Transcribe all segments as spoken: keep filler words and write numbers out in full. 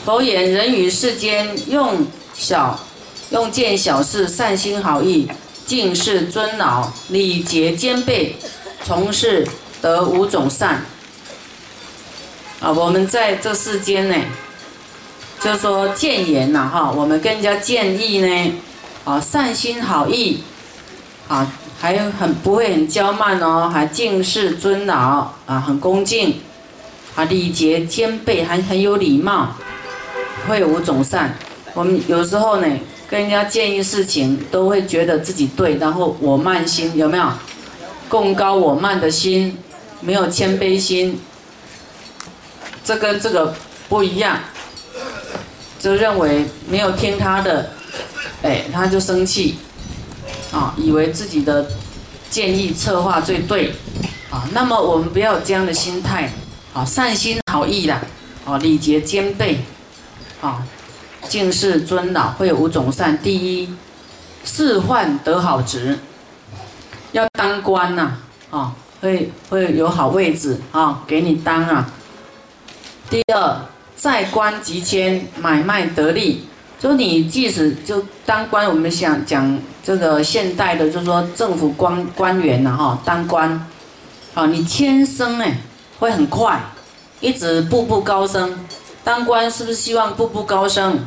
佛言：人于世间用小用见小事，善心好意，敬事尊老，礼节兼备，从事得五种善。啊，我们在这世间呢，就是说谏言呐，哈，我们跟人家建议呢，啊，善心好意，啊，还很不会很骄慢哦，还敬事尊老，啊，很恭敬，啊，礼节兼备，还很有礼貌，会有五种善。我们有时候呢，跟人家建议事情，都会觉得自己对，然后我慢心，有没有？贡高我慢的心，没有谦卑心，这跟这个不一样，就认为没有听他的，哎，他就生气，啊，以为自己的建议策划最对，啊，那么我们不要有这样的心态，啊，善心好意啦，啊，礼节兼备，啊。敬事尊老，会有五种善。第一，仕宦得好职，要当官呐、啊，啊，会会有好位置啊，给你当啊。第二，在官即迁，买卖得利。就你即使就当官，我们想讲这个现代的，就是说政府官官员呐、啊，哈，当官，啊，你迁升哎，会很快，一直步步高升。当官是不是希望步步高升？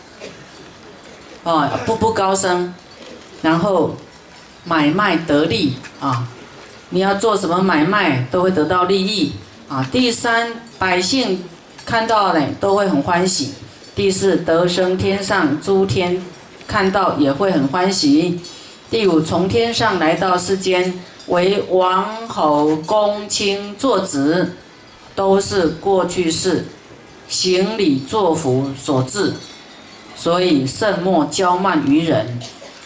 哦，步步高升，然后买卖得利啊！你要做什么买卖都会得到利益啊。第三，百姓看到呢都会很欢喜。第四，得生天上，诸天看到也会很欢喜。第五，从天上来到世间，为王侯公卿坐子，都是过去世行礼作福所致，所以慎莫骄慢于人。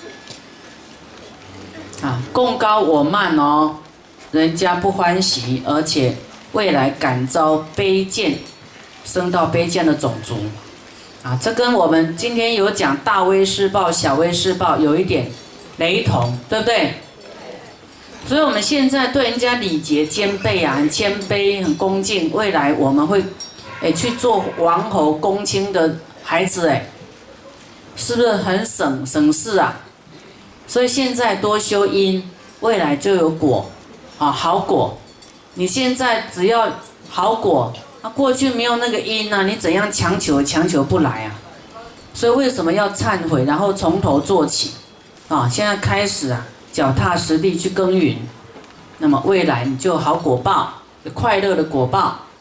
啊，贡高我慢哦，人家不欢喜，而且未来感遭卑贱，升到卑贱的种族。啊，这跟我们今天有讲大威施暴、小威施暴有一点雷同，对不对？所以我们现在对人家礼节兼备啊，很谦卑、很恭敬，未来我们会。哎，去做王侯公卿的孩子，哎，是不是很省省事啊？所以现在多修因，未来就有果，啊，好果。你现在只要好果，那、啊、过去没有那个因啊，你怎样强求强求不来啊？所以为什么要忏悔，然后从头做起？啊，现在开始啊，脚踏实地去耕耘，那么未来你就有好果报，有快乐的果报。